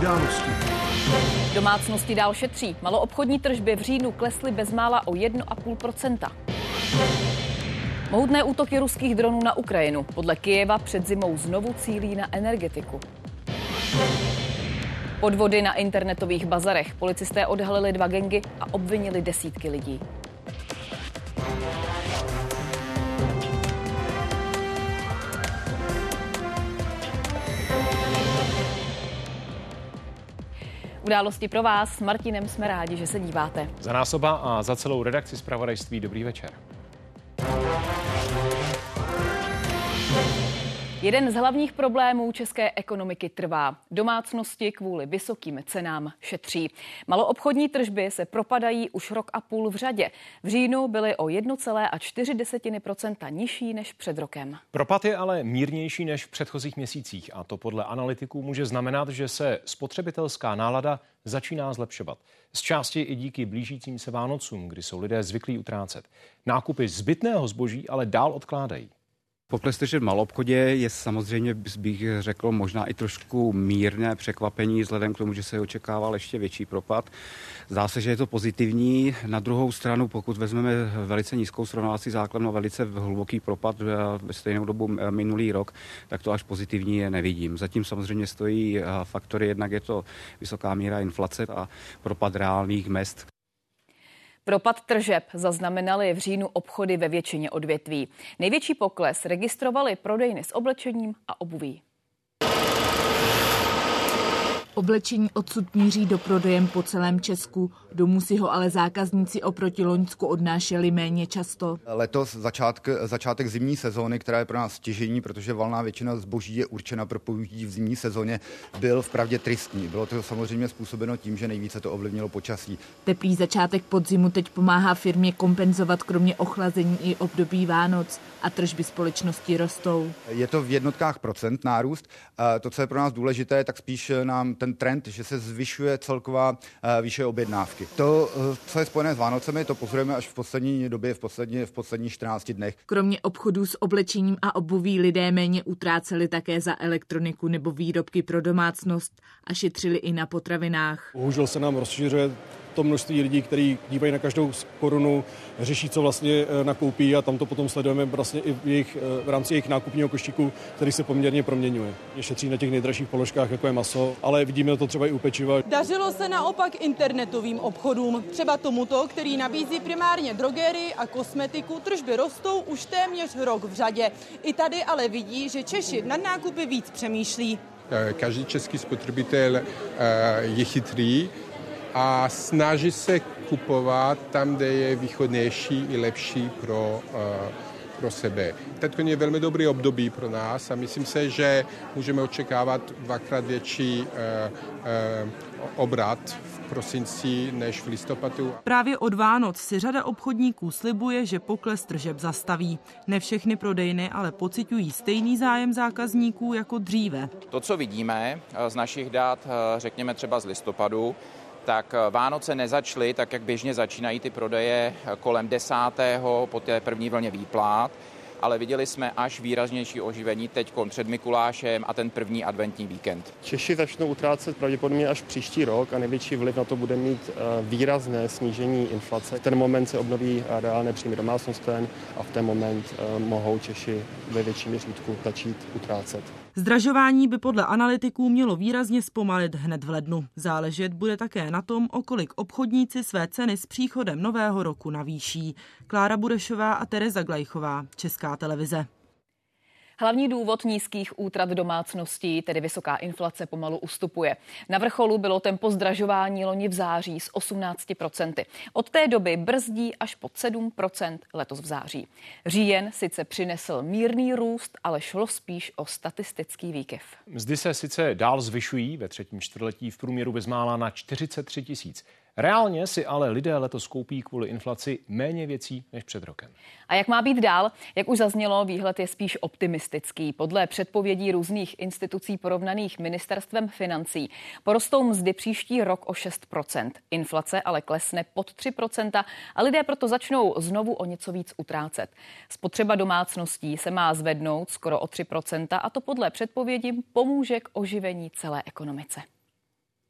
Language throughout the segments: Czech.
Události. Domácnosti dál šetří. Maloobchodní tržby v říjnu klesly bezmála o 1,5%. Mohutné útoky ruských dronů na Ukrajinu. Podle Kyjeva před zimou znovu cílí na energetiku. Podvody na internetových bazarech. Policisté odhalili 2 gangy a obvinili desítky lidí. Události pro vás. S Martinem jsme rádi, že se díváte. Za nás oba a za celou redakci zpravodajství dobrý večer. Jeden z hlavních problémů české ekonomiky trvá. Domácnosti kvůli vysokým cenám šetří. Maloobchodní tržby se propadají už 1,5 roku v řadě. V říjnu byly o 1,4% nižší než před rokem. Propad je ale mírnější než v předchozích měsících a to podle analytiků může znamenat, že se spotřebitelská nálada začíná zlepšovat. Z části i díky blížícím se Vánocům, kdy jsou lidé zvyklí utrácet. Nákupy zbytného zboží ale dál odkládají. Pokles tržeb v maloobchodě je samozřejmě, bych řekl, možná i trošku mírné překvapení, vzhledem k tomu, že se očekával ještě větší propad. Zdá se, že je to pozitivní. Na druhou stranu, pokud vezmeme velice nízkou srovnávací základnu a velice hluboký propad ve stejnou dobu minulý rok, tak to až pozitivní je nevidím. Zatím samozřejmě stojí faktory, jednak je to vysoká míra inflace a propad reálných mezd. Propad tržeb zaznamenaly v říjnu obchody ve většině odvětví. Největší pokles registrovaly prodejny s oblečením a obuví. Oblečení odsud míří do prodejem po celém Česku. Domů si ho ale zákazníci oproti loňsku odnášeli méně často. Letos začátek zimní sezóny, která je pro nás stěžejní, protože valná většina zboží je určena pro použití v zimní sezóně, byl vpravdě tristní. Bylo to samozřejmě způsobeno tím, že nejvíce to ovlivnilo počasí. Teplý začátek podzimu teď pomáhá firmě kompenzovat kromě ochlazení i období Vánoc a tržby společnosti rostou. Je to v jednotkách procent nárůst. To, co je pro nás důležité, tak spíš nám ten trend, že se zvyšuje celková výše objednávky. To, co je spojené s Vánocemi, to pozorujeme až v poslední době, v posledních 14 dnech. Kromě obchodů s oblečením a obuví lidé méně utráceli také za elektroniku nebo výrobky pro domácnost a šetřili i na potravinách. Bohužel se nám rozšiřuje to množství lidí, kteří dívají na každou korunu, řeší, co vlastně nakoupí a tam to potom sledujeme vlastně i v rámci jejich nákupního košíku, který se poměrně proměňuje. Šetří na těch nejdražších položkách, jako je maso, ale vidíme to třeba i u pečiva. Dařilo se naopak internetovým obchodům. Třeba tomuto, který nabízí primárně drogerii a kosmetiku, tržby rostou už téměř rok v řadě. I tady ale vidí, že Češi nad nákupy víc přemýšlí. Každý český spotřebitel je chytrý a snaží se kupovat tam, kde je výhodnější i lepší pro sebe. Teď je velmi dobrý období pro nás a myslím se, že můžeme očekávat 2x větší obrat v prosinci než v listopadu. Právě od Vánoc si řada obchodníků slibuje, že pokles tržeb zastaví. Ne všechny prodejny ale pociťují stejný zájem zákazníků jako dříve. To, co vidíme z našich dat, řekněme třeba z listopadu, tak Vánoce nezačaly tak, jak běžně začínají ty prodeje kolem 10. po té první vlně výplát, ale viděli jsme až výraznější oživení teď před Mikulášem a ten první adventní víkend. Češi začnou utrácet pravděpodobně až příští rok a největší vliv na to bude mít výrazné snížení inflace. V ten moment se obnoví reálné příjmy domácnostem a v ten moment mohou Češi ve větším měřítku začít utrácet. Zdražování by podle analytiků mělo výrazně zpomalit hned v lednu. Záležet bude také na tom, o kolik obchodníci své ceny s příchodem nového roku navýší. Klára Burešová a Tereza Glajchová, Česká televize. Hlavní důvod nízkých útrat domácností, tedy vysoká inflace, pomalu ustupuje. Na vrcholu bylo tempo zdražování loni v září s 18%. Od té doby brzdí až pod 7% letos v září. Říjen sice přinesl mírný růst, ale šlo spíš o statistický výkyv. Mzdy se sice dál zvyšují, ve třetím čtvrtletí v průměru bezmála na 43 000. Reálně si ale lidé letos koupí kvůli inflaci méně věcí než před rokem. A jak má být dál? Jak už zaznělo, výhled je spíš optimistický. Podle předpovědí různých institucí porovnaných ministerstvem financí porostou mzdy příští rok o 6%. Inflace ale klesne pod 3% a lidé proto začnou znovu o něco víc utrácet. Spotřeba domácností se má zvednout skoro o 3% a to podle předpovědí pomůže k oživení celé ekonomice.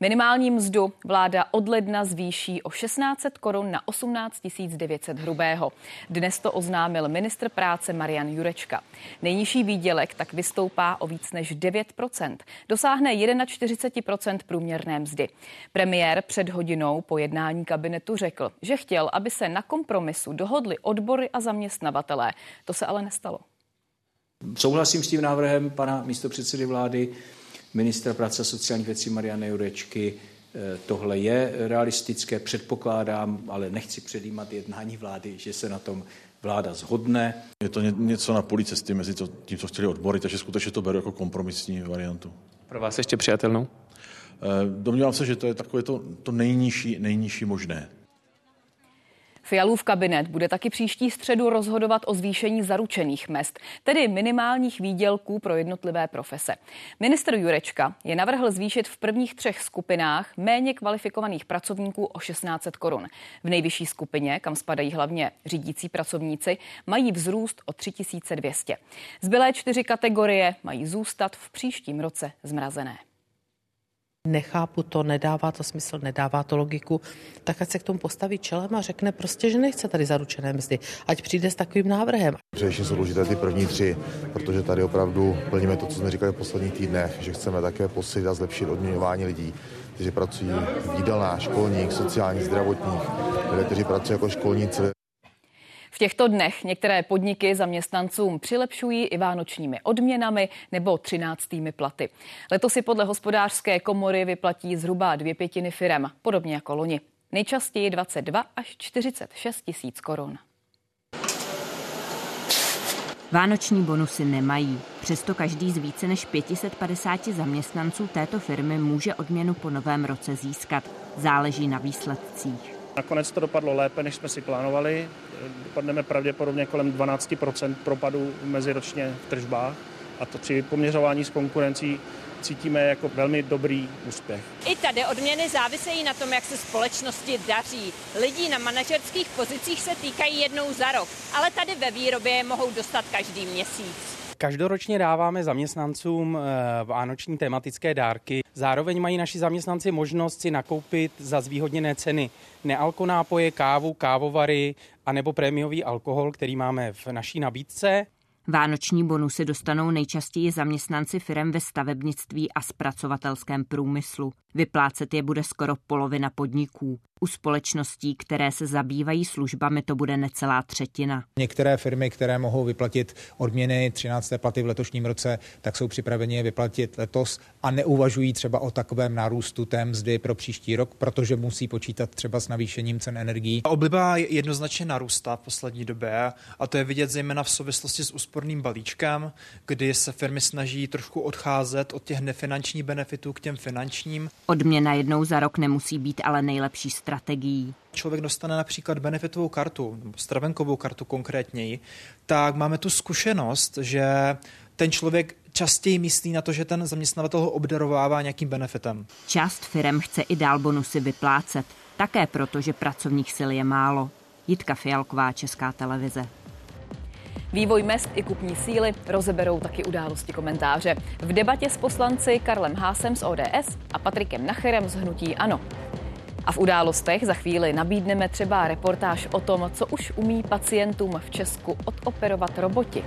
Minimální mzdu vláda od ledna zvýší o 1600 korun na 18 900 hrubého. Dnes to oznámil ministr práce Marian Jurečka. Nejnižší výdělek tak vystoupá o víc než 9%. Dosáhne 41% průměrné mzdy. Premiér před hodinou po jednání kabinetu řekl, že chtěl, aby se na kompromisu dohodli odbory a zaměstnavatelé. To se ale nestalo. Souhlasím s tím návrhem pana místopředsedy vlády, ministra práce a sociálních věcí Mariana Jurečky. Tohle je realistické, předpokládám, ale nechci předjímat jednání vlády, že se na tom vláda shodne. Je to něco na půli cesty mezi tím, co chtěli odbory, takže skutečně to beru jako kompromisní variantu. Pro vás ještě přijatelnou? Domnívám se, že to je takové to nejnižší možné. Fialův kabinet bude taky příští středu rozhodovat o zvýšení zaručených mezd, tedy minimálních výdělků pro jednotlivé profese. Ministr Jurečka je navrhl zvýšit v prvních 3 skupinách méně kvalifikovaných pracovníků o 1600 korun. V nejvyšší skupině, kam spadají hlavně řídící pracovníci, mají vzrůst o 3200. Zbylé 4 kategorie mají zůstat v příštím roce zmrazené. Nechápu to, nedává to smysl, nedává to logiku, tak ať se k tomu postaví čelem a řekne prostě, že nechce tady zaručené mzdy. Ať přijde s takovým návrhem. Především jsou důležité ty první 3, protože tady opravdu plníme to, co jsme říkali v posledních týdnech, že chceme také posílit a zlepšit odměňování lidí, kteří pracují v jídelnách, školních, sociálních, zdravotních, kteří pracují jako školníci. V těchto dnech některé podniky zaměstnancům přilepšují i vánočními odměnami nebo 13. platy. Letos si podle hospodářské komory vyplatí zhruba 2/5 firem, podobně jako loni. Nejčastěji 22 až 46 tisíc korun. Vánoční bonusy nemají. Přesto každý z více než 550 zaměstnanců této firmy může odměnu po novém roce získat. Záleží na výsledcích. Nakonec to dopadlo lépe, než jsme si plánovali. Dopadneme pravděpodobně kolem 12% propadu meziročně v tržbách a to při poměřování s konkurencí cítíme jako velmi dobrý úspěch. I tady odměny závisejí na tom, jak se společnosti daří. Lidí na manažerských pozicích se týkají jednou za rok, ale tady ve výrobě je mohou dostat každý měsíc. Každoročně dáváme zaměstnancům vánoční tematické dárky. Zároveň mají naši zaměstnanci možnost si nakoupit za zvýhodněné ceny nealkonápoje, kávu, kávovary anebo prémiový alkohol, který máme v naší nabídce. Vánoční bonusy dostanou nejčastěji zaměstnanci firem ve stavebnictví a zpracovatelském průmyslu. Vyplácet je bude skoro polovina podniků. U společností, které se zabývají službami, to bude necelá třetina. Některé firmy, které mohou vyplatit odměny 13. platy v letošním roce, tak jsou připraveni je vyplatit letos a neuvažují třeba o takovém nárůstu té mzdy pro příští rok, protože musí počítat třeba s navýšením cen energií. Obliba jednoznačně narůstá v poslední době a to je vidět zejména v souvislosti s úsporným balíčkem, kdy se firmy snaží trošku odcházet od těch nefinančních benefitů k těm finančním. Odměna jednou za rok nemusí být ale nejlepší strategií. Člověk dostane například benefitovou kartu, nebo stravenkovou kartu konkrétněji, tak máme tu zkušenost, že ten člověk častěji myslí na to, že ten zaměstnavatel ho obdarovává nějakým benefitem. Část firem chce i dál bonusy vyplácet, také proto, že pracovních sil je málo. Jitka Fialková, Česká televize. Vývoj mezd i kupní síly rozeberou taky události komentáře. V debatě s poslanci Karlem Haasem z ODS a Patrikem Nacherem z hnutí ANO. A v událostech za chvíli nabídneme třeba reportáž o tom, co už umí pacientům v Česku odoperovat roboti.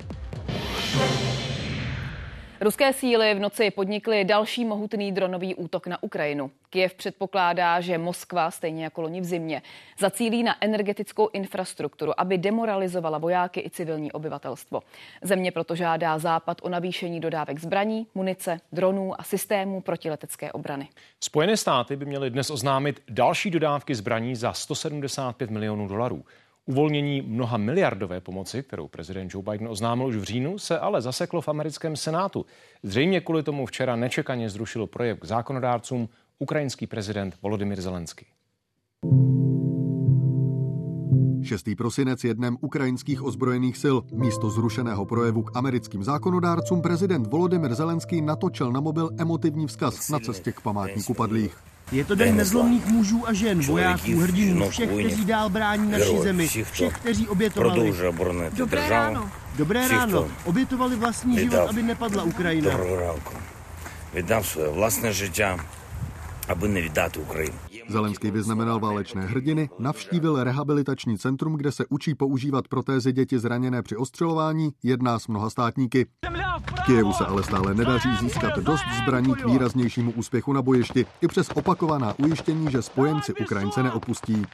Ruské síly v noci podnikly další mohutný dronový útok na Ukrajinu. Kyjev předpokládá, že Moskva, stejně jako loni v zimě, zacílí na energetickou infrastrukturu, aby demoralizovala vojáky i civilní obyvatelstvo. Země proto žádá Západ o navýšení dodávek zbraní, munice, dronů a systémů protiletecké obrany. Spojené státy by měly dnes oznámit další dodávky zbraní za $175 milionů. Uvolnění mnoha miliardové pomoci, kterou prezident Joe Biden oznámil už v říjnu, se ale zaseklo v americkém senátu. Zřejmě kvůli tomu včera nečekaně zrušil projev k zákonodárcům ukrajinský prezident Volodymyr Zelenský. 6. prosinec je dnem ukrajinských ozbrojených sil. Místo zrušeného projevu k americkým zákonodárcům prezident Volodymyr Zelenský natočil na mobil emotivní vzkaz na cestě k památníku padlých. Je to den nezlomných mužů a žen, vojáků, hrdinů, všech, kteří dál brání naši zemi, všech, kteří obětovali. Dobré ráno. Dobré ráno. Obětovali vlastní život, aby nepadla Ukrajina. Vydal své vlastné žitě аби не віддати Україну. Zelenský vyznamenal válečné hrdiny, navštívil rehabilitační centrum, kde se učí používat protézy děti zraněné při ostřelování, jedná s mnoha státníky. Kyjevu se ale stále nedaří získat dost zbraní k výraznějšímu úspěchu na bojišti, i přes opakovaná ujištění, že spojenci Ukrajince neopustí.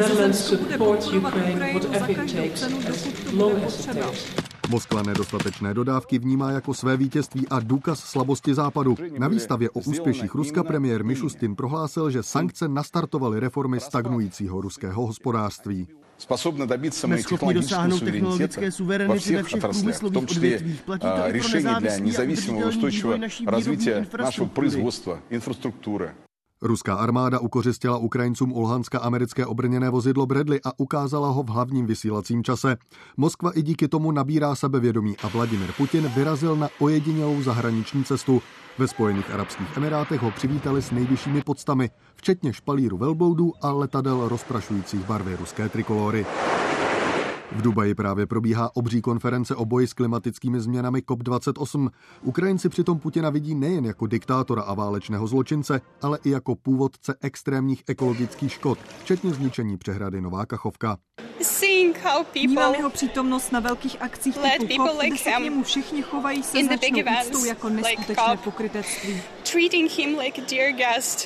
Moskva nedostatečné dodávky vnímá jako své vítězství a důkaz slabosti Západu. Na výstavě o úspěších Ruska premiér Mišustin prohlásil, že sankce nastartovaly reformy stagnujícího ruského hospodářství. Jsme schopni dosáhnout technologické suverenity ve všech průmyslových odvětvích. Platí to i pro nezávislý a udržitelný vývoj naší výrobní infrastruktury. Ruská armáda ukořistila Ukrajincům u Luhanska americké obrněné vozidlo Bradley a ukázala ho v hlavním vysílacím čase. Moskva i díky tomu nabírá sebevědomí a Vladimir Putin vyrazil na ojedinělou zahraniční cestu. Ve Spojených arabských emirátech ho přivítali s nejvyššími poctami, včetně špalíru velbloudů a letadel rozprašujících barvy ruské trikolory. V Dubaji právě probíhá obří konference o boji s klimatickými změnami COP28. Ukrajinci přitom Putina vidí nejen jako diktátora a válečného zločince, ale i jako původce extrémních ekologických škod, včetně zničení přehrady Nová Kachovka. Vnímám jeho přítomnost na velkých akcích typu COP, kde se k němu všichni chovají se značnou úctou jako neskutečné pokrytectví. Treating him like a dear guest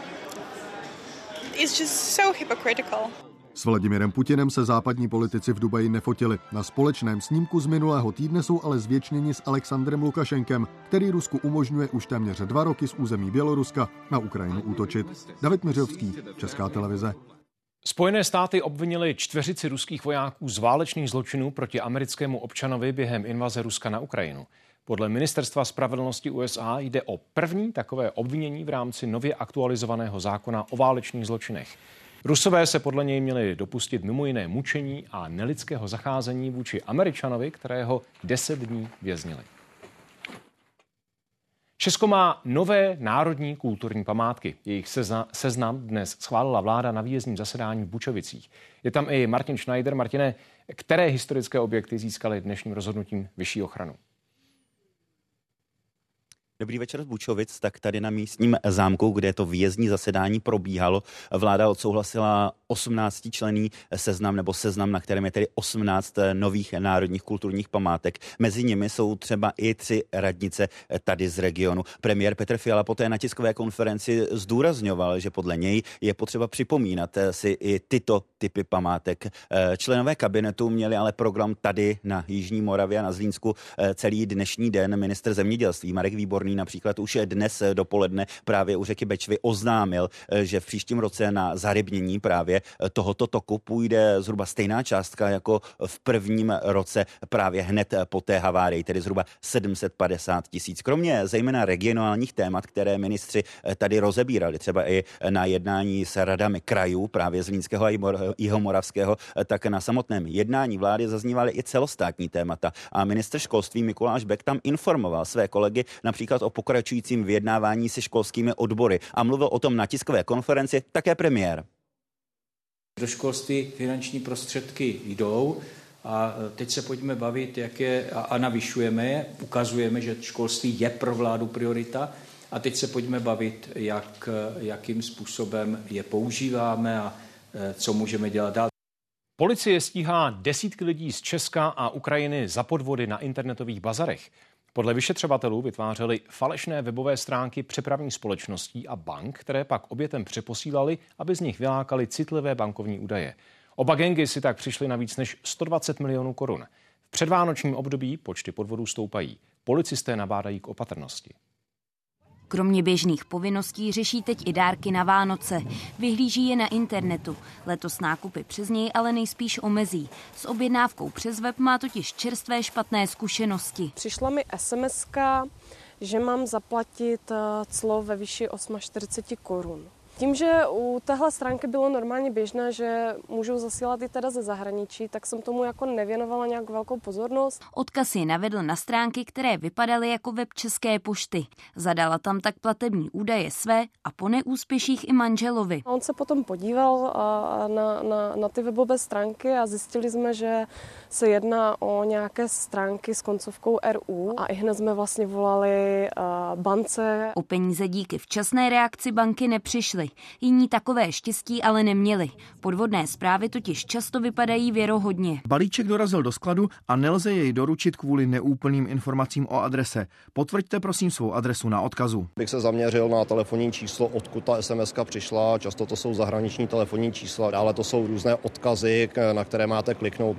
is just so hypocritical. S Vladimirem Putinem se západní politici v Dubaji nefotili. Na společném snímku z minulého týdne jsou ale zvěčněni s Alexandrem Lukašenkem, který Rusku umožňuje už téměř 2 roky z území Běloruska na Ukrajinu útočit. David Miřovský, Česká televize. Spojené státy obvinily 4 ruských vojáků z válečných zločinů proti americkému občanovi během invaze Ruska na Ukrajinu. Podle Ministerstva spravedlnosti USA jde o první takové obvinění v rámci nově aktualizovaného zákona o válečných zločinech. Rusové se podle něj měli dopustit mimo jiné mučení a nelidského zacházení vůči Američanovi, kterého 10 dní věznili. Česko má nové národní kulturní památky. Jejich seznam dnes schválila vláda na výjezdním zasedání v Bučovicích. Je tam i Martin Schneider. Martine, které historické objekty získaly dnešním rozhodnutím vyšší ochranu? Dobrý večer z Bučovic, tak tady na místním zámku, kde to výjezdní zasedání probíhalo, vláda odsouhlasila 18členný seznam, na kterém je tedy 18 nových národních kulturních památek. Mezi nimi jsou třeba i 3 radnice tady z regionu. Premiér Petr Fiala poté na tiskové konferenci zdůrazňoval, že podle něj je potřeba připomínat si i tyto typy památek. Členové kabinetu měli ale program tady na Jižní Moravě a na Zlínsku celý dnešní den. Ministr zemědělství Marek Výborný například už dnes dopoledne právě u řeky Bečvy oznámil, že v příštím roce na zarybnění právě tohoto toku půjde zhruba stejná částka jako v prvním roce právě hned po té havárii, tedy zhruba 750 000. Kromě zejména regionálních témat, které ministři tady rozebírali, třeba i na jednání s radami krajů právě Zlínského a Jihomoravského, tak na samotném jednání vlády zaznívaly i celostátní témata. A ministr školství Mikuláš Bek tam informoval své kolegy například o pokračujícím vyjednávání se školskými odbory a mluvil o tom na tiskové konferenci také premiér. Do školství finanční prostředky jdou a teď se pojďme bavit, jak je, a navyšujeme je, ukazujeme, že školství je pro vládu priorita a teď se pojďme bavit, jakým způsobem je používáme a co můžeme dělat dál. Policie stíhá desítky lidí z Česka a Ukrajiny za podvody na internetových bazarech. Podle vyšetřovatelů vytvářeli falešné webové stránky přepravních společností a bank, které pak obětem přeposílali, aby z nich vylákali citlivé bankovní údaje. Oba gangy si tak přišli na víc než 120 milionů korun. V předvánočním období počty podvodů stoupají. Policisté nabádají k opatrnosti. Kromě běžných povinností řeší teď i dárky na Vánoce. Vyhlíží je na internetu. Letos nákupy přes něj ale nejspíš omezí. S objednávkou přes web má totiž čerstvé špatné zkušenosti. Přišla mi SMS-ka, že mám zaplatit clo ve výši 48 korun. Tím, že u téhle stránky bylo normálně běžné, že můžou zasílat i teda ze zahraničí, tak jsem tomu jako nevěnovala nějak velkou pozornost. Odkaz ji navedl na stránky, které vypadaly jako web České pošty. Zadala tam tak platební údaje své a po neúspěších i manželovi. On se potom podíval na ty webové stránky a zjistili jsme, že se jedná o nějaké stránky s koncovkou RU a ihned jsme vlastně volali bance. O peníze díky včasné reakci banky nepřišly. Jiní takové štěstí ale neměli. Podvodné zprávy totiž často vypadají věrohodně. Balíček dorazil do skladu a nelze jej doručit kvůli neúplným informacím o adrese. Potvrďte prosím svou adresu na odkazu. Bych se zaměřil na telefonní číslo, odkud ta SMS-ka přišla. Často to jsou zahraniční telefonní čísla, dále to jsou různé odkazy, na které máte kliknout.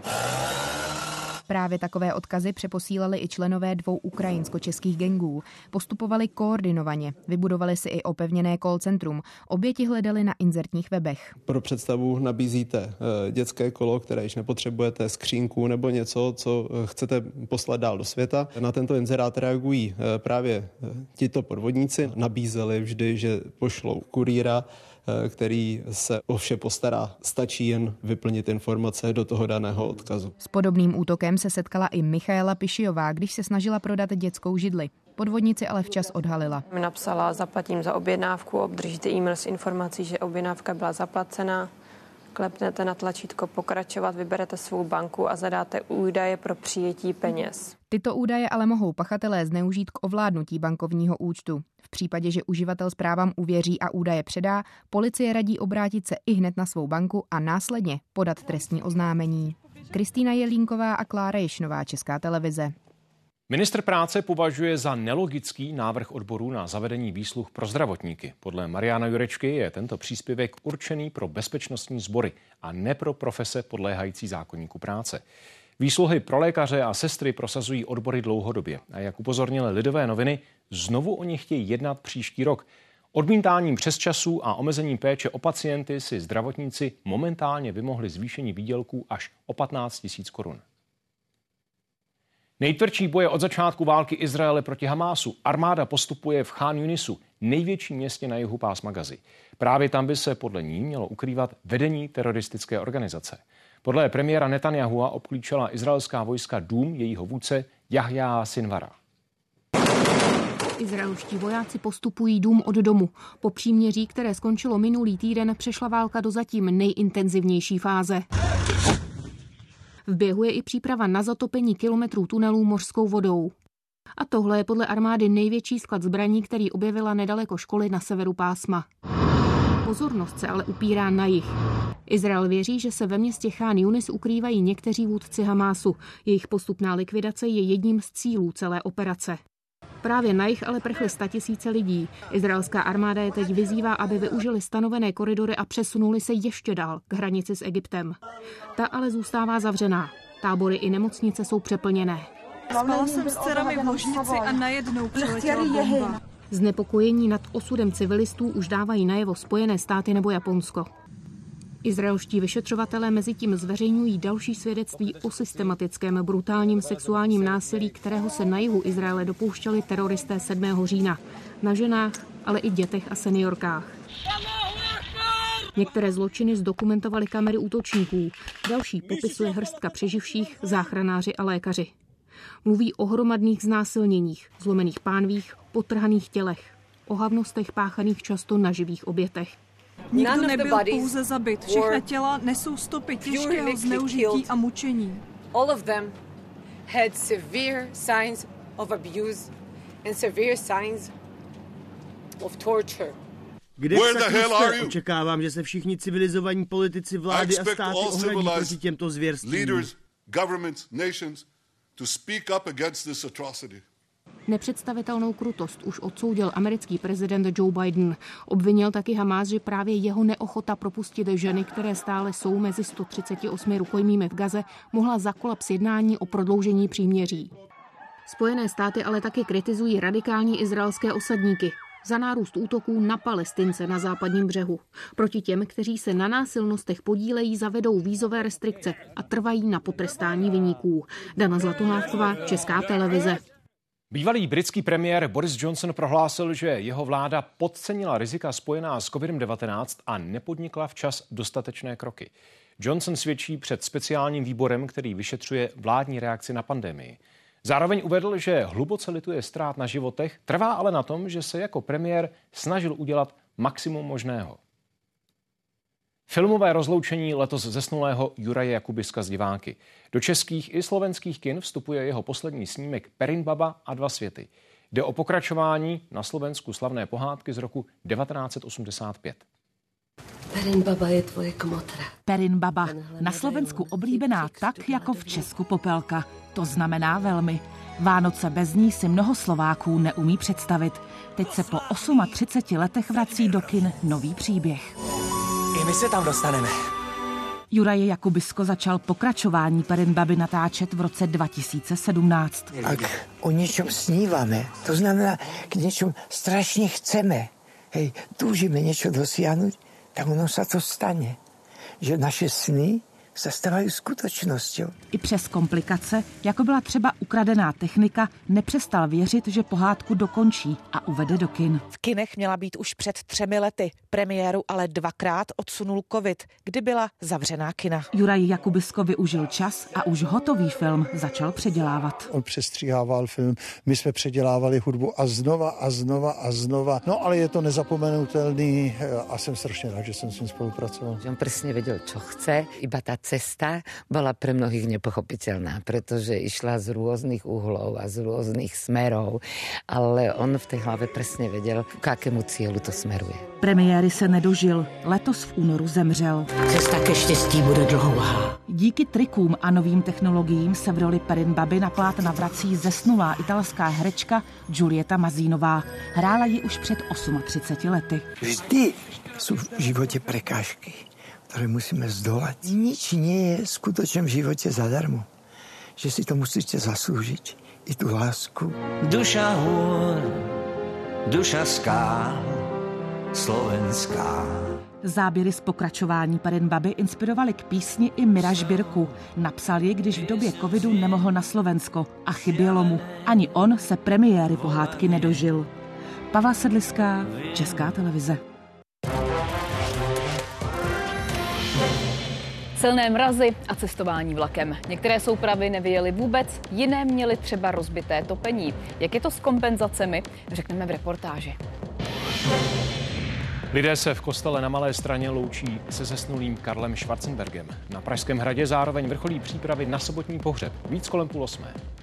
Právě takové odkazy přeposílali i členové 2 ukrajinsko-českých gangů. Postupovali koordinovaně, vybudovali si i opevněné call centrum. Oběti hledali na inzertních webech. Pro představu nabízíte dětské kolo, které již nepotřebujete, skřínku nebo něco, co chcete poslat dál do světa. Na tento inzerát reagují právě tito podvodníci. Nabízeli vždy, že pošlou kurýra, který se o vše postará. Stačí jen vyplnit informace do toho daného odkazu. S podobným útokem se setkala i Michaela Pišijová, když se snažila prodat dětskou židli. Podvodnici ale včas odhalila. Mi napsala, zaplatím za objednávku, obdržíte e-mail s informací, že objednávka byla zaplacena. Klepnete na tlačítko pokračovat, vyberete svou banku a zadáte údaje pro přijetí peněz. Tyto údaje ale mohou pachatelé zneužít k ovládnutí bankovního účtu. V případě, že uživatel zprávám uvěří a údaje předá, policie radí obrátit se ihned na svou banku a následně podat trestní oznámení. Kristýna Jelínková a Klára Ješnová, Česká televize. Ministr práce považuje za nelogický návrh odborů na zavedení výsluh pro zdravotníky. Podle Mariana Jurečky je tento příspěvek určený pro bezpečnostní sbory a ne pro profese podléhající zákoníku práce. Výsluhy pro lékaře a sestry prosazují odbory dlouhodobě. A jak upozornily Lidové noviny, znovu o nich chtějí jednat příští rok. Odmítáním přesčasů a omezením péče o pacienty si zdravotníci momentálně vymohli zvýšení výdělků až o 15 000 korun. Nejtvrdší boje od začátku války Izraele proti Hamásu armáda postupuje v Chán Junisu, největším městě na jihu pásma Gazy. Právě tam by se podle ní mělo ukrývat vedení teroristické organizace. Podle premiéra Netanyahua obklíčila izraelská vojska dům jejího vůdce Jahjá Sinvara. Izraelští vojáci postupují dům od domu. Po příměří, které skončilo minulý týden, přešla válka do zatím nejintenzivnější fáze. V běhu je i příprava na zatopení kilometrů tunelů mořskou vodou. A tohle je podle armády největší sklad zbraní, který objevila nedaleko školy na severu pásma. Pozornost se ale upírá na jih. Izrael věří, že se ve městě Chán Junis ukrývají někteří vůdci Hamásu. Jejich postupná likvidace je jedním z cílů celé operace. Právě na jih ale prchly 100 000 lidí. Izraelská armáda je teď vyzývá, aby využili stanovené koridory a přesunuli se ještě dál k hranici s Egyptem. Ta ale zůstává zavřená. Tábory i nemocnice jsou přeplněné. Spala jsem s dcerami v ložnici a najednou přiletěla bomba. Znepokojení nad osudem civilistů už dávají najevo Spojené státy nebo Japonsko. Izraelští vyšetřovatelé mezitím zveřejňují další svědectví o systematickém brutálním sexuálním násilí, kterého se na jihu Izraele dopouštěli teroristé 7. října. Na ženách, ale i dětech a seniorkách. Některé zločiny zdokumentovaly kamery útočníků, další popisuje hrstka přeživších, záchranáři a lékaři. Mluví o hromadných znásilněních, zlomených pánvích, potrhaných tělech, ohavnostech páchaných často na živých obětech. Nikdo nebyl pouze zabit. Všechna těla nesou stopy těžkého zneužití a mučení. All of them had severe signs of abuse and severe signs of torture. Kde jste? Očekávám, že se všichni civilizovaní politici, vlády a státy ohradí proti těmto zvěrstvím. Nepředstavitelnou krutost už odsoudil americký prezident Joe Biden. Obvinil taky Hamás, že právě jeho neochota propustit ženy, které stále jsou mezi 138 rukojmími v Gaze, mohla za kolaps jednání o prodloužení příměří. Spojené státy ale taky kritizují radikální izraelské osadníky za nárůst útoků na Palestince na západním břehu. Proti těm, kteří se na násilnostech podílejí, zavedou vízové restrikce a trvají na potrestání viníků. Dana Zlatohlávková, Česká televize. Bývalý britský premiér Boris Johnson prohlásil, že jeho vláda podcenila rizika spojená s COVID-19 a nepodnikla včas dostatečné kroky. Johnson svědčí před speciálním výborem, který vyšetřuje vládní reakci na pandemii. Zároveň uvedl, že hluboce lituje ztrát na životech, trvá ale na tom, že se jako premiér snažil udělat maximum možného. Filmové rozloučení letos zesnulého Juraje Jakubiska z diváky. Do českých i slovenských kin vstupuje jeho poslední snímek Perinbaba a dva světy. Jde o pokračování na Slovensku slavné pohádky z roku 1985. Perinbaba je tvoje kmotra. Perinbaba, na Slovensku oblíbená tak, jako v Česku popelka. To znamená velmi. Vánoce bez ní si mnoho Slováků neumí představit. Teď se po 38 letech vrací do kin nový příběh. I my se tam dostaneme. Juraj Jakubisko začal pokračování Perinbaby natáčet v roce 2017. Ak o něčem sníváme, to znamená, k něčemu strašně chceme, túžime něco dosiahnuť, tak ono sa to stane. Že naše sny se stávají skutečností. I přes komplikace, jako byla třeba ukradená technika, nepřestal věřit, že pohádku dokončí a uvede do kin. V kinech měla být už před 3 lety. Premiéru ale 2krát odsunul covid, kdy byla zavřená kina. Juraj Jakubisko využil čas a už hotový film začal předělávat. On přestříhával film, my jsme předělávali hudbu a znova a znova a znova. No ale je to nezapomenutelný a jsem strašně rád, že jsem s ním spolupracoval. On přesně věděl, čo chce, iba ta cesta bola pre mnohých nepochopiteľná, pretože išla z rôznych uhlov a z rôznych smerov, ale on v tej hlave presne vedel, k akému cieľu to smeruje. Premiéry se nedožil, letos v únoru zemřel. Cesta ke štěstí bude dlouhá. Díky trikům a novým technologiím se v roli Perinbaby na plátna vrací zesnulá italská herečka Giulietta Mazzinová. Hrála ji už před 38 lety. Vždy sú v živote prekážky, ktoré musíme zdolať. Nič nie je v skutočnom živote zadarmo. Že si to musíte zaslúžiť. I tú lásku. Duša hôr, duša skál, slovenská. Záběry z pokračování Perinbaby inspirovaly k písni i Mira Žbirku. Napsal ji, když v době covidu nemohl na Slovensko a chybělo mu. Ani on se premiéry pohádky nedožil. Pavla Sedliská, Česká televize. Silné mrazy a cestování vlakem. Některé soupravy nevyjely vůbec, jiné měly třeba rozbité topení. Jak je to s kompenzacemi, řekneme v reportáži. Lidé se v kostele na Malé Straně loučí se zesnulým Karlem Schwarzenbergem. Na Pražském hradě zároveň vrcholí přípravy na sobotní pohřeb. Víc kolem 7:30.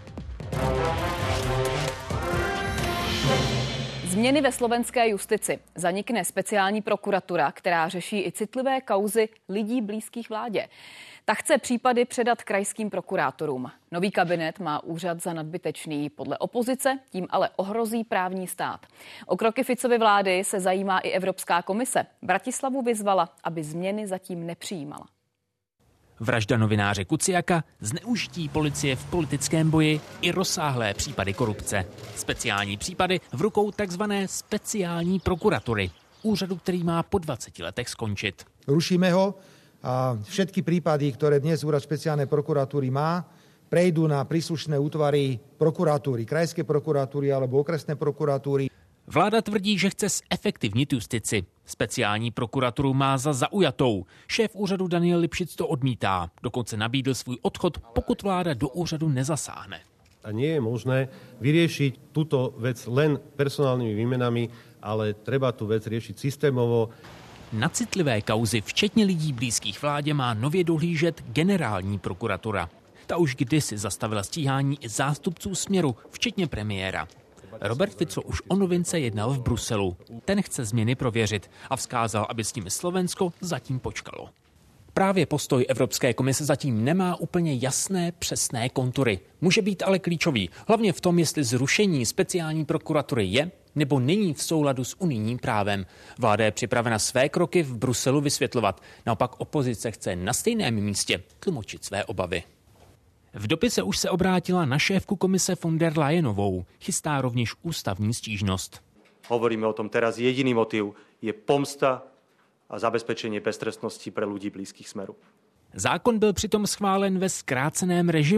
Změny ve slovenské justici. Zanikne speciální prokuratura, která řeší i citlivé kauzy lidí blízkých vládě. Ta chce případy předat krajským prokurátorům. Nový kabinet má úřad za nadbytečný. Podle opozice tím ale ohrozí právní stát. O kroky Ficovy vlády se zajímá i Evropská komise. Bratislavu vyzvala, aby změny zatím nepřijímala. Vražda novináře Kuciaka, zneužití policie v politickém boji i rozsáhlé případy korupce. Speciální případy v rukou takzvané speciální prokuratury. Úřadu, který má po 20 letech skončit. Rušíme ho a všetky prípady, ktoré dnes úrad špeciálnej prokuratúry má, prejdú na príslušné útvary prokuratúry, krajské prokuratúry alebo okresné prokuratúry. Vláda tvrdí, že chce zefektivnit justici. Speciální prokuraturu má za zaujatou. Šéf úřadu Daniel Lipšic to odmítá. Dokonce nabídl svůj odchod, pokud vláda do úřadu nezasáhne. A nie je možné vyriešiť túto vec len personálnymi výmenami, ale treba tu vec riešiť systémovo. Na citlivé kauzy, včetně lidí blízkých vládě, má nově dohlížet generální prokuratura. Ta už kdysi zastavila stíhání i zástupců Směru, včetně premiéra. Robert Fico už o novince jednal v Bruselu. Ten chce změny prověřit a vzkázal, aby s nimi Slovensko zatím počkalo. Právě postoj Evropské komise zatím nemá úplně jasné, přesné kontury. Může být ale klíčový, hlavně v tom, jestli zrušení speciální prokuratury je nebo není v souladu s unijním právem. Vláda je připravena své kroky v Bruselu vysvětlovat. Naopak opozice chce na stejném místě tlumočit své obavy. V dopise už se obrátila na šéfku komise von der Leyenovou. Chystá rovněž ústavní stížnost. Hovoríme o tom teraz, jediný motiv je pomsta a zabezpečenie beztrestnosti pre ľudí blízkych Smeru. Zákon byl přitom schválen ve zkráceném režimu.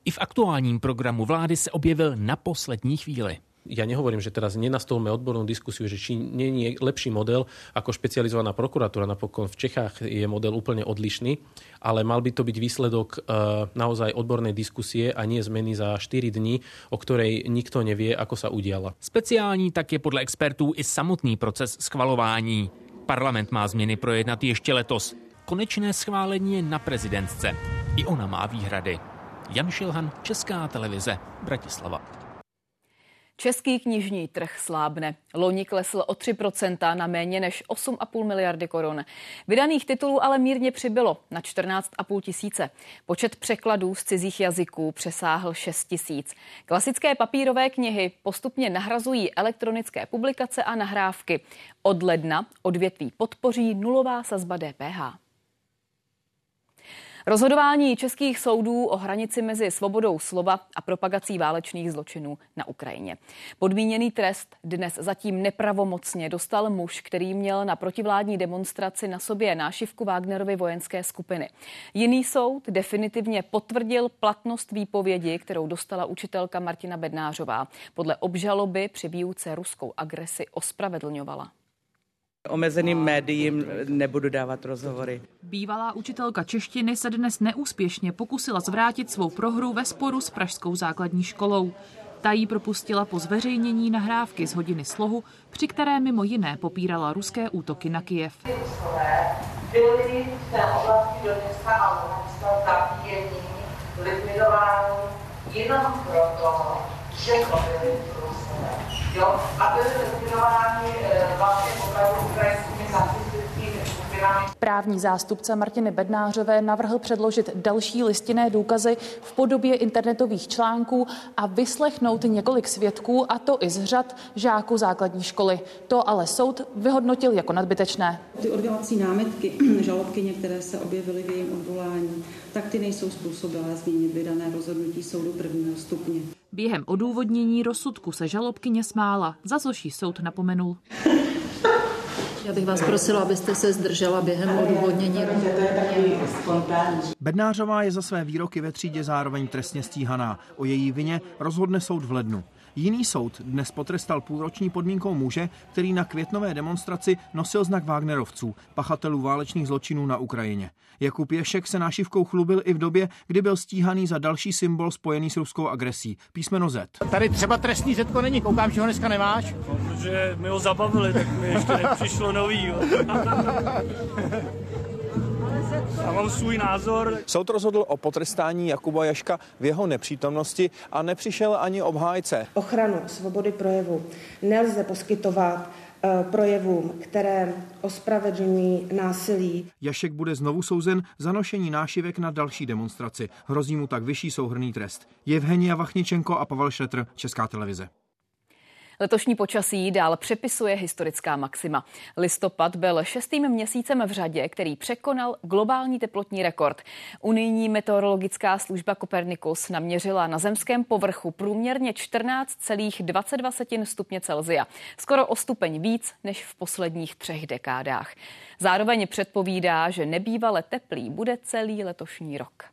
I v aktuálním programu vlády se objevil na poslední chvíli. Ja nehovorím, že teraz nenastolíme odbornú diskusiu, že či nie je lepší model ako špecializovaná prokuratúra. Napokon v Čechách je model úplne odlišný, ale mal by to byť výsledok naozaj odbornej diskusie a nie zmeny za 4 dní, o ktorej nikto nevie, ako sa udiala. Speciální tak je podle expertů i samotný proces schvalování. Parlament má změny projednat ještě letos. Konečné schválení je na prezidentce. I ona má výhrady. Jan Šilhan, Česká televize, Bratislava. Český knižní trh slábne. Loni klesl o 3% na méně než 8,5 miliardy korun. Vydaných titulů ale mírně přibylo na 14,5 tisíce. Počet překladů z cizích jazyků přesáhl 6 tisíc. Klasické papírové knihy postupně nahrazují elektronické publikace a nahrávky. Od ledna odvětví podpoří nulová sazba DPH. Rozhodování českých soudů o hranici mezi svobodou slova a propagací válečných zločinů na Ukrajině. Podmíněný trest dnes zatím nepravomocně dostal muž, který měl na protivládní demonstraci na sobě nášivku Wagnerovy vojenské skupiny. Jiný soud definitivně potvrdil platnost výpovědi, kterou dostala učitelka Martina Bednářová. Podle obžaloby při výuce ruskou agresi ospravedlňovala. Omezeným médiím nebudu dávat rozhovory. Bývalá učitelka češtiny se dnes neúspěšně pokusila zvrátit svou prohru ve sporu s pražskou základní školou. Ta jí propustila po zveřejnění nahrávky z hodiny slohu, při které mimo jiné popírala ruské útoky na Kyjev. Byly v té oblasti Donecka a Luhanska zabíjení, likvidováni jenom proto, že to byly Rusové. A byly likvidováni vlastně opravdu ukrajinskými nacistickými skupinami. Právní zástupce Martiny Bednářové navrhl předložit další listinné důkazy v podobě internetových článků a vyslechnout několik svědků, a to i z řad žáků základní školy. To ale soud vyhodnotil jako nadbytečné. Ty odvolací námitky žalobkyně, které se objevily v jejím odvolání, tak ty nejsou způsobilé změnit vydané rozhodnutí soudu prvního stupně. Během odůvodnění rozsudku se žalobkyně smála, za což jí soud napomenul. Já bych vás prosila, abyste se zdržela během odůvodnění. Bednářová je za své výroky ve třídě zároveň trestně stíhaná. O její vině rozhodne soud v lednu. Jiný soud dnes potrestal půlroční podmínkou muže, který na květnové demonstraci nosil znak Wagnerovců, pachatelů válečných zločinů na Ukrajině. Jakub Ješek se nášivkou chlubil i v době, kdy byl stíhaný za další symbol spojený s ruskou agresí, písmeno Z. Tady třeba trestní zetko není, koukám, že ho dneska nemáš. Protože my ho zabavili, tak mi ještě nepřišlo nový. Já mám svůj názor. Soud rozhodl o potrestání Jakuba Jaška v jeho nepřítomnosti a nepřišel ani obhájce. Ochranu svobody projevu nelze poskytovat projevům, které ospravedlňují násilí. Jašek bude znovu souzen za nošení nášivek na další demonstraci. Hrozí mu tak vyšší souhrnný trest. Jevhenia Vachničenko a Pavel Šetr, Česká televize. Letošní počasí dál přepisuje historická maxima. Listopad byl 6. měsícem v řadě, který překonal globální teplotní rekord. Unijní meteorologická služba Copernicus naměřila na zemském povrchu průměrně 14,22 stupně Celsia. Skoro o stupeň víc než v posledních 3 dekádách. Zároveň předpovídá, že nebývale teplý bude celý letošní rok.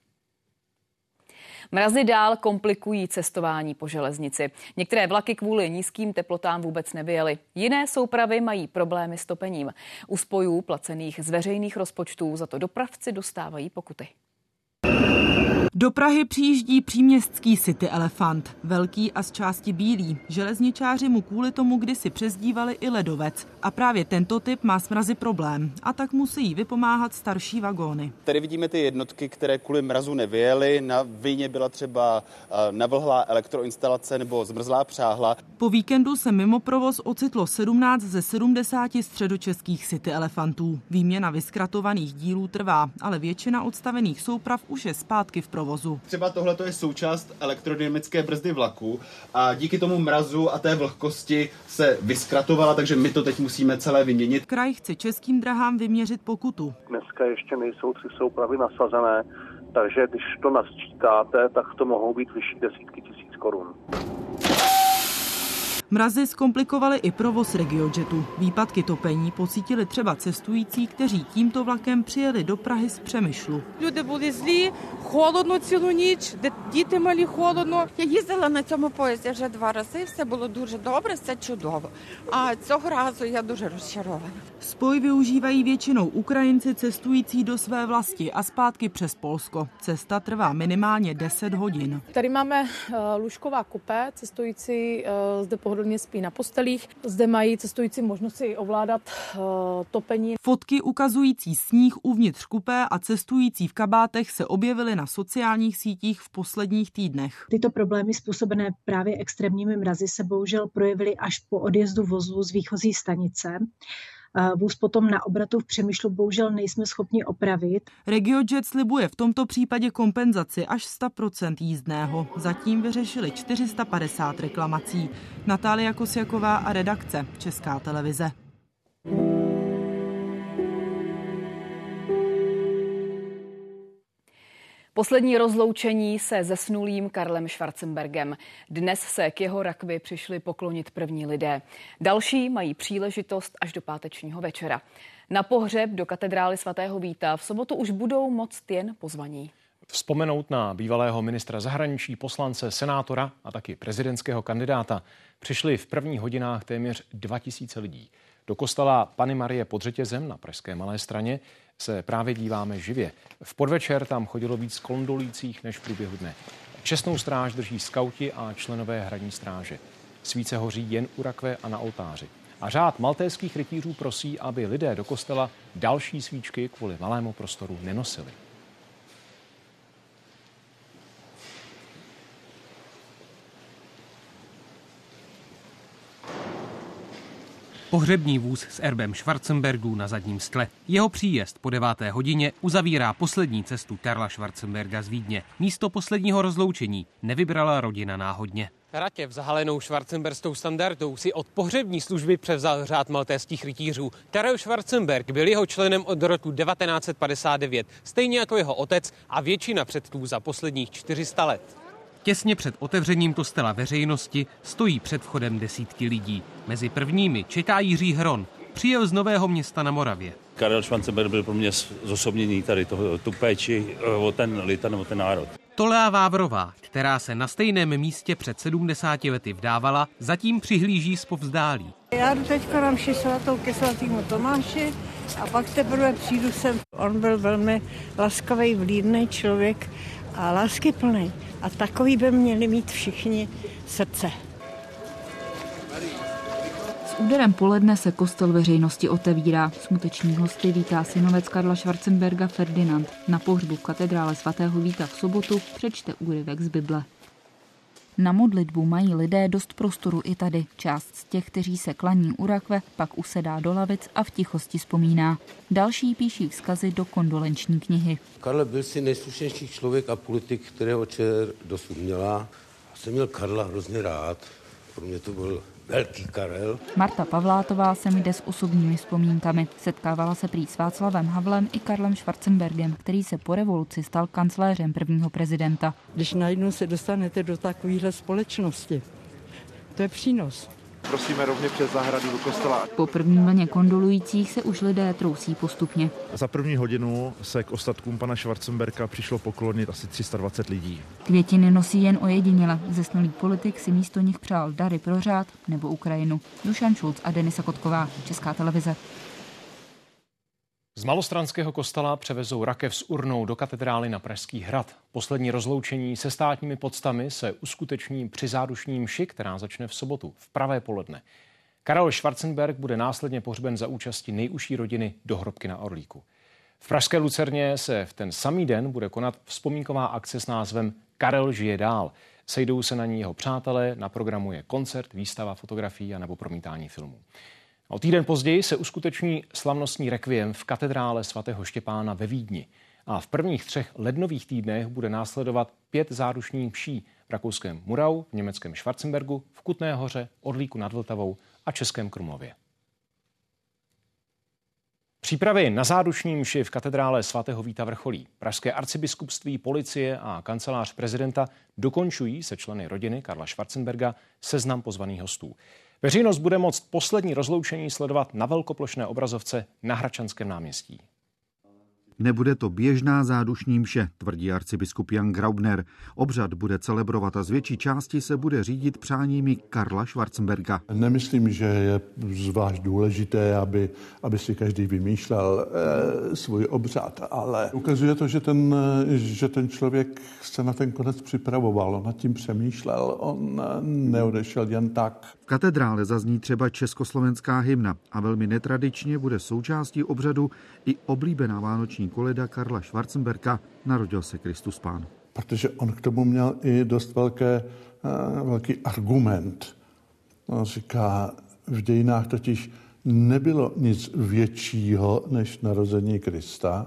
Mrazy dál komplikují cestování po železnici. Některé vlaky kvůli nízkým teplotám vůbec nevyjely. Jiné soupravy mají problémy s topením. U spojů placených z veřejných rozpočtů za to dopravci dostávají pokuty. Do Prahy přijíždí příměstský City Elefant, velký a z části bílý. Železničáři mu kvůli tomu kdysi přezdívali i ledovec. A právě tento typ má s mrazy problém a tak musí vypomáhat starší vagóny. Tady vidíme ty jednotky, které kvůli mrazu nevyjely. Na vině byla třeba navlhlá elektroinstalace nebo zmrzlá přáhla. Po víkendu se mimo provoz ocitlo 17 ze 70 středočeských City Elefantů. Výměna vyskratovaných dílů trvá, ale většina odstavených souprav už je zpátky v provozu. Třeba tohle je součást elektrodynamické brzdy vlaku a díky tomu mrazu a té vlhkosti se vyskratovala, takže my to teď musíme celé vyměnit. Kraj chce Českým drahám vyměřit pokutu. Dneska ještě nejsou 3 soupravy nasazené, takže když to nasčítáte, tak to mohou být vyšší desítky tisíc korun. Mrazy zkomplikovaly i provoz RegioJetu. Výpadky topení pocítili třeba cestující, kteří tímto vlakem přijeli do Prahy z Přemyšlu. Люди були злі, холодно цілу ніч, діти малі холодно. Я їздила на цьому поїзді вже 2 рази, все було дуже добре, все чудово. А цього разу я дуже розчарована. Spoj využívají většinou Ukrajinci cestující do své vlasti a zpátky přes Polsko. Cesta trvá minimálně 10 hodin. Tady máme lůžková kupé, cestující zde pohodlně spí na postelích. Zde mají cestující možnost si ovládat topení. Fotky ukazující sníh uvnitř kupé a cestující v kabátech se objevily na sociálních sítích v posledních týdnech. Tyto problémy způsobené právě extrémními mrazy se bohužel projevily až po odjezdu vozu z výchozí stanice. Vůz potom na obratu v Přemyšlu bohužel nejsme schopni opravit. RegioJet slibuje v tomto případě kompenzaci až 100% jízdného. Zatím vyřešili 450 reklamací. Natália Kosjaková a redakce Česká televize. Poslední rozloučení se zesnulým Karlem Schwarzenbergem. Dnes se k jeho rakvi přišli poklonit první lidé. Další mají příležitost až do pátečního večera. Na pohřeb do katedrály svatého Víta v sobotu už budou moct jen pozvaní. Vzpomenout na bývalého ministra zahraničí, poslance, senátora a taky prezidentského kandidáta přišli v prvních hodinách téměř 2000 lidí. Do kostela Panny Marie pod Řetězem na pražské Malé Straně se právě díváme živě. V podvečer tam chodilo víc kondolících než v průběhu dne. Čestnou stráž drží skauti a členové hradní stráže. Svíce hoří jen u rakve a na oltáři. A řád maltéských rytířů prosí, aby lidé do kostela další svíčky kvůli malému prostoru nenosili. Pohřební vůz s erbem Schwarzenbergů na zadním skle. Jeho příjezd po 9. hodině uzavírá poslední cestu Karla Schwarzenberga z Vídně. Místo posledního rozloučení nevybrala rodina náhodně. Ratěv zahalenou schwarzenberskou standardou si od pohřební služby převzal řád maltéských rytířů. Karel Schwarzenberg byl jeho členem od roku 1959, stejně jako jeho otec a většina předků za posledních 400 let. Těsně před otevřením kostela veřejnosti stojí před vchodem desítky lidí. Mezi prvními čeká Jiří Hron. Přijel z Nového Města na Moravě. Karel Schwarzenberg byl pro mě zosobnění tady tu péči o ten lid a ten národ. Tolea Vávrová, která se na stejném místě před 70 lety vdávala, zatím přihlíží zpovzdálí. Já jdu teďka na mši svatou ke svatýmu Tomáši a pak teprve přijdu sem. On byl velmi laskavý, vlídný člověk a láskyplný. A takový by měli mít všichni srdce. S úderem poledne se kostel veřejnosti otevírá. Smuteční hosty vítá synovec Karla Schwarzenberga Ferdinand. Na pohřbu v katedrále svatého Víta v sobotu přečte úryvek z Bible. Na modlitbu mají lidé dost prostoru i tady. Část z těch, kteří se klaní u rakve, pak usedá do lavic a v tichosti vzpomíná. Další píší vzkazy do kondolenční knihy. Karel byl si nejslušnější člověk a politik, kterého ČR dosud měla. Já jsem měl Karla hrozně rád. Pro mě to byl velký Karel. Marta Pavlátová se jde s osobními vzpomínkami. Setkávala se prý s Václavem Havlem i Karlem Schwarzenbergem, který se po revoluci stal kancléřem prvního prezidenta. Když najednou se dostanete do takovéhle společnosti, to je přínos. Prosíme rovně přes zahradu do kostela. Po první vlně kondolujících se už lidé trousí postupně. Za první hodinu se k ostatkům pana Schwarzenberga přišlo poklonit asi 320 lidí. Květiny nosí jen ojediněle. Zesnulý politik si místo nich přál dary pro řád nebo Ukrajinu. Dušan Šulc a Denisa Kotková, Česká televize. Z malostranského kostela převezou rakev s urnou do katedrály na Pražský hrad. Poslední rozloučení se státními poctami se uskuteční při zádušní mši, která začne v sobotu v pravé poledne. Karel Schwarzenberg bude následně pohřben za účasti nejužší rodiny do hrobky na Orlíku. V pražské Lucerně se v ten samý den bude konat vzpomínková akce s názvem Karel žije dál. Sejdou se na ní jeho přátelé, na programu je koncert, výstava fotografií a nebo promítání filmů. O týden později se uskuteční slavnostní rekviem v katedrále svatého Štěpána ve Vídni. A v prvních 3 lednových týdnech bude následovat 5 zádušních mší v rakouském Murau, v německém Schwarzenbergu, v Kutné Hoře, Orlíku nad Vltavou a Českém Krumlově. Přípravy na zádušní mši v katedrále svatého Víta vrcholí. Pražské arcibiskupství, policie a kancelář prezidenta dokončují se členy rodiny Karla Schwarzenberga seznam pozvaných hostů. Veřejnost bude moct poslední rozloučení sledovat na velkoplošné obrazovce na Hradčanském náměstí. Nebude to běžná zádušní mše, tvrdí arcibiskup Jan Graubner. Obřad bude celebrovat a z větší části se bude řídit přáními Karla Schwarzenberga. Nemyslím, že je zvlášť důležité, aby si každý vymýšlel svůj obřad, ale ukazuje to, že ten člověk se na ten konec připravoval, on nad tím přemýšlel, on neodešel jen tak. V katedrále zazní třeba československá hymna a velmi netradičně bude součástí obřadu i oblíbená vánoční koleda Karla Schwarzenberga Narodil se Kristus Pán. Protože on k tomu měl i dost velký argument. On říká, v dějinách totiž nebylo nic většího než narození Krista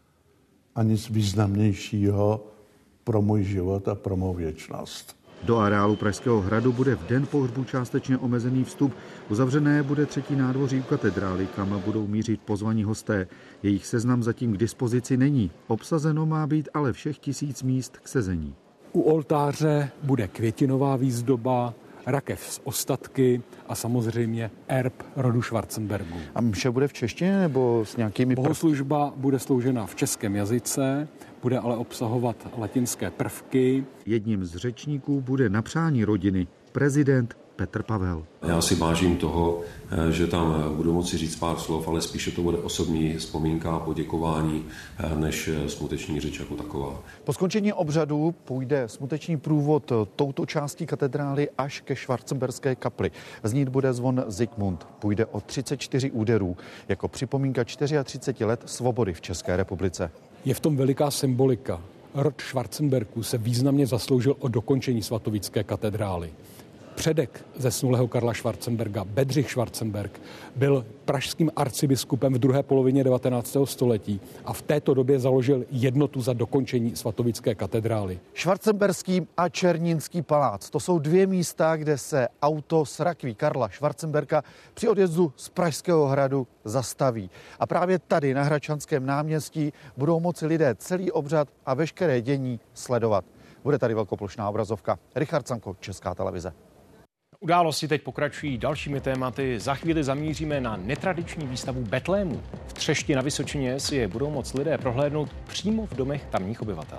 a nic významnějšího pro můj život a pro mou věčnost. Do areálu Pražského hradu bude v den pohřbu částečně omezený vstup. Uzavřené bude třetí nádvoří u katedrály, kam budou mířit pozvaní hosté. Jejich seznam zatím k dispozici není. Obsazeno má být ale všech 1000 míst k sezení. U oltáře bude květinová výzdoba, rakev z ostatky a samozřejmě erb rodu Schwarzenbergů. A mše bude v češtině nebo s nějakými... Bohoslužba bude sloužena v českém jazyce, bude ale obsahovat latinské prvky. Jedním z řečníků bude na přání rodiny prezident Petr Pavel. Já si vážím toho, že tam budu moci říct pár slov, ale spíše to bude osobní vzpomínka a poděkování, než smuteční řeč jako taková. Po skončení obřadu půjde smuteční průvod touto částí katedrály až ke Schwarzenberské kapli. Znít bude zvon Zikmund. Půjde o 34 úderů jako připomínka 34 let svobody v České republice. Je v tom veliká symbolika. Rod Schwarzenbergů se významně zasloužil o dokončení svatovícké katedrály. Předek zesnulého Karla Schwarzenberga, Bedřich Schwarzenberg, byl pražským arcibiskupem v druhé polovině 19. století a v této době založil jednotu za dokončení svatovické katedrály. Schwarzenberský a Černínský palác. To jsou dvě místa, kde se auto s rakví Karla Schwarzenberga při odjezdu z Pražského hradu zastaví. A právě tady na Hradčanském náměstí budou moci lidé celý obřad a veškeré dění sledovat. Bude tady velkoplošná obrazovka. Richard Sanko, Česká televize. Události teď pokračují dalšími tématy. Za chvíli zamíříme na netradiční výstavu Betlému. V Třešti na Vysočině si je budou moct lidé prohlédnout přímo v domech tamních obyvatel.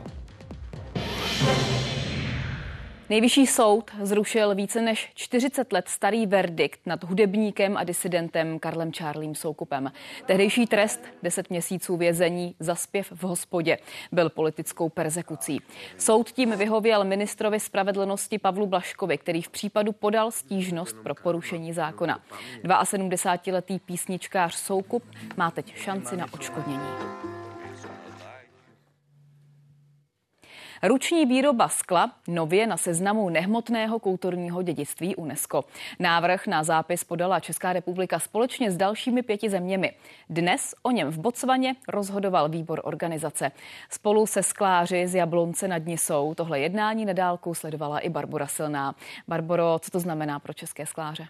Nejvyšší soud zrušil více než 40 let starý verdikt nad hudebníkem a disidentem Karlem Charliem Soukupem. Tehdejší trest 10 měsíců vězení za zpěv v hospodě byl politickou perzekucí. Soud tím vyhověl ministrovi spravedlnosti Pavlu Blažkovi, který v případu podal stížnost pro porušení zákona. 72letý písničkář Soukup má teď šanci na odškodnění. Ruční výroba skla nově na seznamu nehmotného kulturního dědictví UNESCO. Návrh na zápis podala Česká republika společně s dalšími 5 zeměmi. Dnes o něm v Botswaně rozhodoval výbor organizace. Spolu se skláři z Jablonce nad Nisou tohle jednání na dálku sledovala i Barbora Silná. Barboro, co to znamená pro české skláře?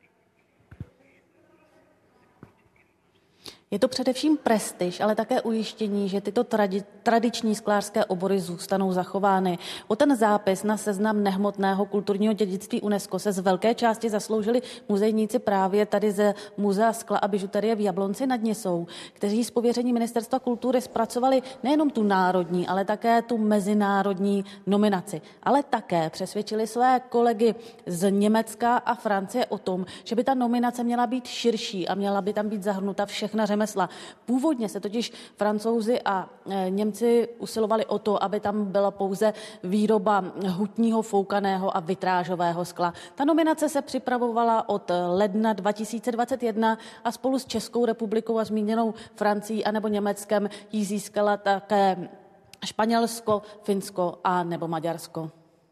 Je to především prestiž, ale také ujištění, že tyto tradiční sklářské obory zůstanou zachovány. O ten zápis na seznam nehmotného kulturního dědictví UNESCO se z velké části zasloužili muzejníci právě tady ze Muzea skla a bižuterie v Jablonci nad Nisou, kteří z pověření Ministerstva kultury zpracovali nejenom tu národní, ale také tu mezinárodní nominaci. Ale také přesvědčili své kolegy z Německa a Francie o tom, že by ta nominace měla být širší a měla by tam být zahrnuta všechna řemesla. Původně se totiž Francouzi a Němci usilovali o to, aby tam byla pouze výroba hutního, foukaného a vitrážového skla. Ta nominace se připravovala od ledna 2021 a spolu s Českou republikou a zmíněnou Francií anebo Německem ji získala také Španělsko, Finsko a nebo Maďarsko.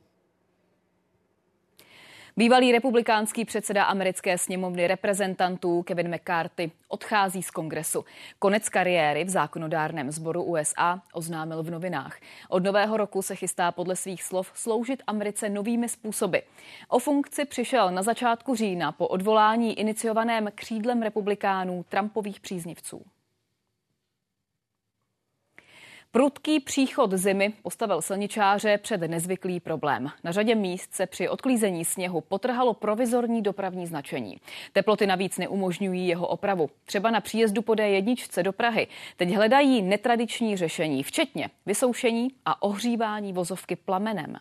Bývalý republikánský předseda americké sněmovny reprezentantů Kevin McCarthy odchází z kongresu. Konec kariéry v zákonodárném sboru USA oznámil v novinách. Od nového roku se chystá podle svých slov sloužit Americe novými způsoby. O funkci přišel na začátku října po odvolání iniciovaném křídlem republikánů Trumpových příznivců. Prudký příchod zimy postavil silničáře před nezvyklý problém. Na řadě míst se při odklízení sněhu potrhalo provizorní dopravní značení. Teploty navíc neumožňují jeho opravu. Třeba na příjezdu po D1 do Prahy teď hledají netradiční řešení, včetně vysoušení a ohřívání vozovky plamenem.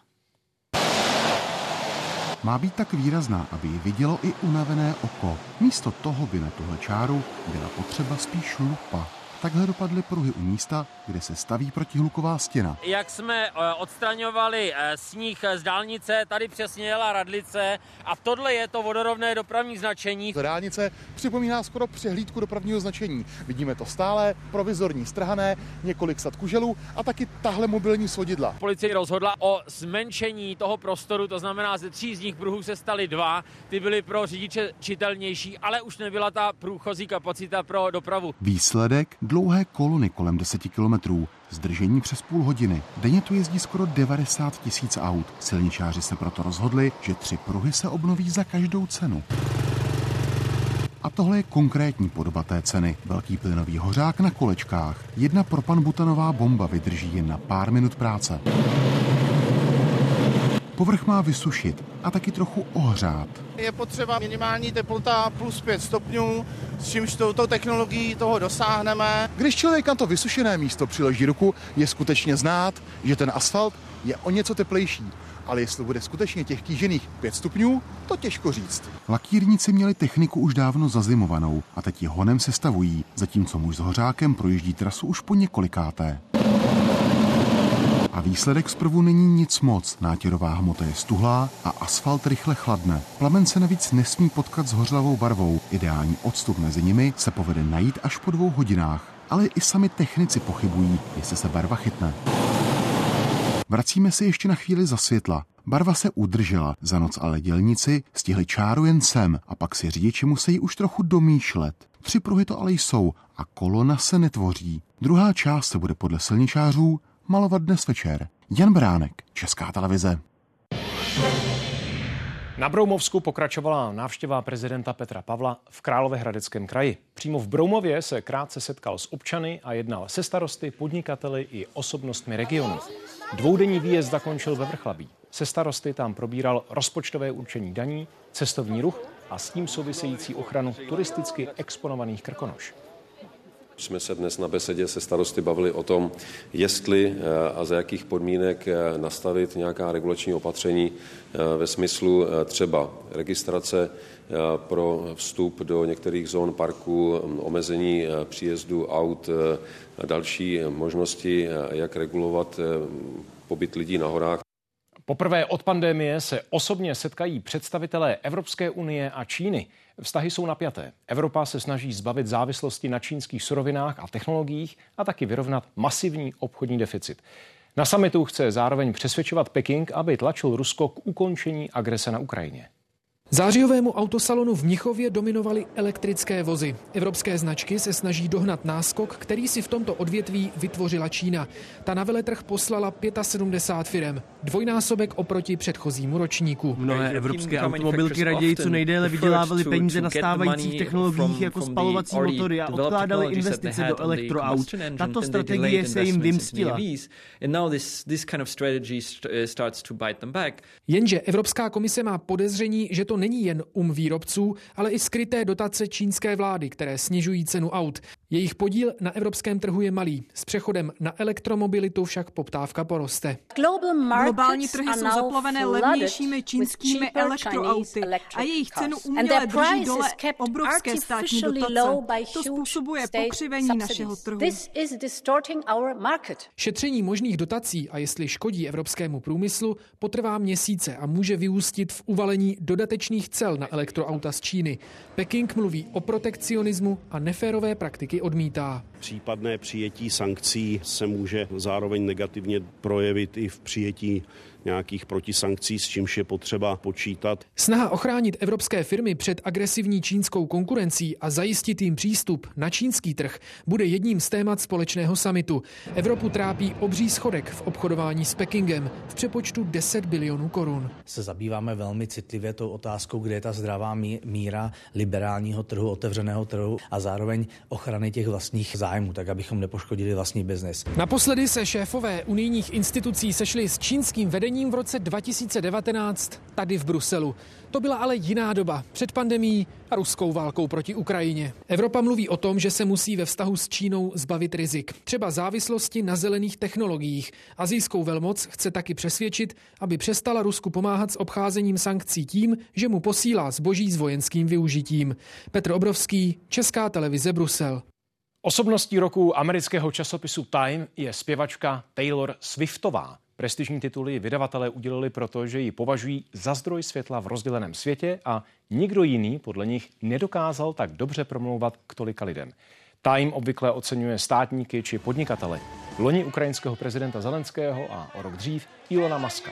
Má být tak výrazná, aby ji vidělo i unavené oko. Místo toho by na tuhle čáru byla potřeba spíš lupa. Takhle dopadly pruhy u místa, kde se staví protihluková stěna. Jak jsme odstraňovali sníh z dálnice, tady přesně jela radlice a tohle je to vodorovné dopravní značení. Dálnice připomíná skoro přehlídku dopravního značení. Vidíme to stále, provizorní strhané, několik sad kuželů a taky tahle mobilní svodidla. Policie rozhodla o zmenšení toho prostoru, to znamená, ze 3 z nich pruhů se staly 2, ty byly pro řidiče čitelnější, ale už nebyla ta průchozí kapacita pro dopravu. Výsledek? Dlouhé kolony kolem 10 kilometrů, zdržení přes půl hodiny. Denně tu jezdí skoro 90 000 aut. Silničáři se proto rozhodli, že 3 pruhy se obnoví za každou cenu. A tohle je konkrétní podoba té ceny. Velký plynový hořák na kolečkách. Jedna propanbutanová bomba vydrží jen na pár minut práce. Povrch má vysušit a taky trochu ohřát. Je potřeba minimální teplota plus 5 stupňů, s čímž touto technologií toho dosáhneme. Když člověk na to vysušené místo přiloží ruku, je skutečně znát, že ten asfalt je o něco teplejší. Ale jestli bude skutečně těch kýžených 5 stupňů, to těžko říct. Lakírníci měli techniku už dávno zazimovanou a teď ji honem sestavují, zatímco muž s hořákem projíždí trasu už po několikáté. A výsledek zprvu není nic moc. Nátěrová hmota je stuhlá a asfalt rychle chladne. Plamen se navíc nesmí potkat s hořlavou barvou. Ideální odstup mezi nimi se povede najít až po 2 hodinách. Ale i sami technici pochybují, jestli se barva chytne. Vracíme se ještě na chvíli za světla. Barva se udržela, za noc ale dělníci stihli čáru jen sem a pak si řidiči musí už trochu domýšlet. 3 pruhy to ale jsou a kolona se netvoří. Druhá část se bude podle silničářů malovat dnes večer. Jan Bránek, Česká televize. Na Broumovsku pokračovala návštěva prezidenta Petra Pavla v Královéhradeckém kraji. Přímo v Broumově se krátce setkal s občany a jednal se starosty, podnikateli i osobnostmi regionu. 2denní výjezd zakončil ve Vrchlabí. Se starosty tam probíral rozpočtové určení daní, cestovní ruch a s tím související ochranu turisticky exponovaných Krkonoš. Jsme se dnes na besedě se starosty bavili o tom, jestli a za jakých podmínek nastavit nějaká regulační opatření ve smyslu třeba registrace pro vstup do některých zón parku, omezení příjezdu aut, další možnosti, jak regulovat pobyt lidí na horách. Poprvé od pandemie se osobně setkají představitelé Evropské unie a Číny. Vztahy jsou napjaté. Evropa se snaží zbavit závislosti na čínských surovinách a technologiích a taky vyrovnat masivní obchodní deficit. Na summitu chce zároveň přesvědčovat Peking, aby tlačil Rusko k ukončení agrese na Ukrajině. Zářijovému autosalonu v Mnichově dominovaly elektrické vozy. Evropské značky se snaží dohnat náskok, který si v tomto odvětví vytvořila Čína. Ta na veletrh poslala 75 firem, dvojnásobek oproti předchozímu ročníku. Mnohé evropské automobilky raději co nejdéle vydělávaly peníze na stávajících technologiích jako spalovací motory a odkládaly investice do elektroaut. Tato strategie se jim vymstila. Jenže Evropská komise má podezření, že to není jen výrobců, ale i skryté dotace čínské vlády, které snižují cenu aut. Jejich podíl na evropském trhu je malý. S přechodem na elektromobilitu však poptávka poroste. Globální trhy jsou zaplavené levnějšími čínskými elektroauty a jejich cenu uměle drží dole obrovské státní dotace. To způsobuje pokřivení našeho trhu. Šetření možných dotací a jestli škodí evropskému průmyslu, potrvá měsíce a může vyústit v uvalení dodatečných cel na elektroauta z Číny. Peking mluví o protekcionismu a neférové praktiky odmítá. Případné přijetí sankcí se může zároveň negativně projevit i v přijetí nějakých protisankcí, s čímž je potřeba počítat. Snaha ochránit evropské firmy před agresivní čínskou konkurencí a zajistit jim přístup na čínský trh bude jedním z témat společného summitu. Evropu trápí obří schodek v obchodování s Pekingem v přepočtu 10 bilionů korun. Se zabýváme velmi citlivě tou otázkou, kde je ta zdravá míra liberálního trhu, otevřeného trhu a zároveň ochrany těch vlastních zájmů, tak abychom nepoškodili vlastní biznes. Naposledy se šéfové unijních institucí sešli s čínským vedením v roce 2019 tady v Bruselu. To byla ale jiná doba, před pandemií a ruskou válkou proti Ukrajině. Evropa mluví o tom, že se musí ve vztahu s Čínou zbavit rizik, třeba závislosti na zelených technologiích. Asijskou velmoc chce taky přesvědčit, aby přestala Rusku pomáhat s obcházením sankcí tím, že mu posílá zboží s vojenským využitím. Petr Obrovský, Česká televize, Brusel. Osobností roku amerického časopisu Time je zpěvačka Taylor Swiftová. Prestižní tituly vydavatelé udělili proto, že ji považují za zdroj světla v rozděleném světě a nikdo jiný podle nich nedokázal tak dobře promlouvat k tolika lidem. Time obvykle oceňuje státníky či podnikatele. Loni ukrajinského prezidenta Zelenského a o rok dřív Ilona Muska.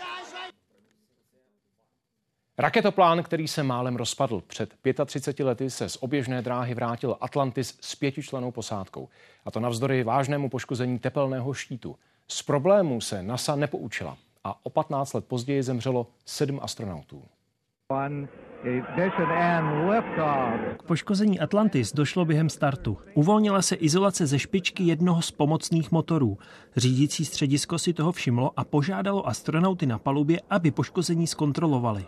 Raketoplán, který se málem rozpadl. Před 35 lety se z oběžné dráhy vrátil Atlantis s 5člennou posádkou. A to navzdory vážnému poškození tepelného štítu. Z problémů se NASA nepoučila a o 15 let později zemřelo 7 astronautů. K poškození Atlantis došlo během startu. Uvolnila se izolace ze špičky jednoho z pomocných motorů. Řídící středisko si toho všimlo a požádalo astronauty na palubě, aby poškození zkontrolovali.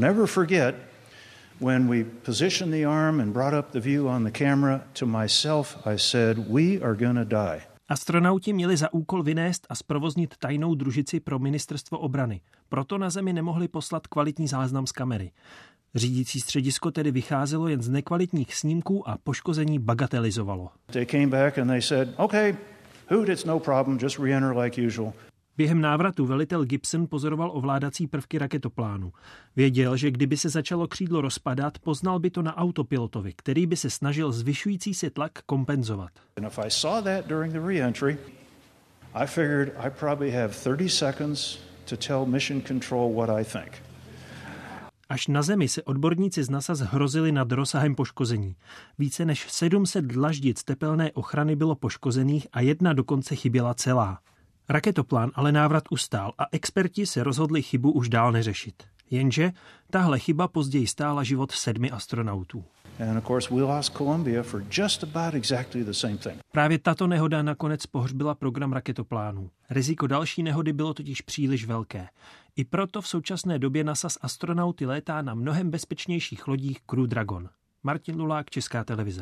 When we positioned the arm and brought up the view on the camera, to myself I said, we are gonna die. Astronauti měli za úkol vynést a zprovoznit tajnou družici pro ministerstvo obrany. Proto na Zemi nemohli poslat kvalitní záznam z kamery. Řídící středisko tedy vycházelo jen z nekvalitních snímků a poškození bagatelizovalo. They came back and they said, okay, Hoot, it's no problem, just re-enter like usual. Během návratu velitel Gibson pozoroval ovládací prvky raketoplánu. Věděl, že kdyby se začalo křídlo rozpadat, poznal by to na autopilotovi, který by se snažil zvyšující se tlak kompenzovat. Až na Zemi se odborníci z NASA zhrozili nad rozsahem poškození. Více než 700 dlaždic tepelné ochrany bylo poškozených a jedna dokonce chyběla celá. Raketoplán ale návrat ustál a experti se rozhodli chybu už dál neřešit. Jenže tahle chyba později stála život 7 astronautů. Právě tato nehoda nakonec pohřbila program raketoplánů. Riziko další nehody bylo totiž příliš velké. I proto v současné době NASA s astronauty létá na mnohem bezpečnějších lodích Crew Dragon. Martin Lulák, Česká televize.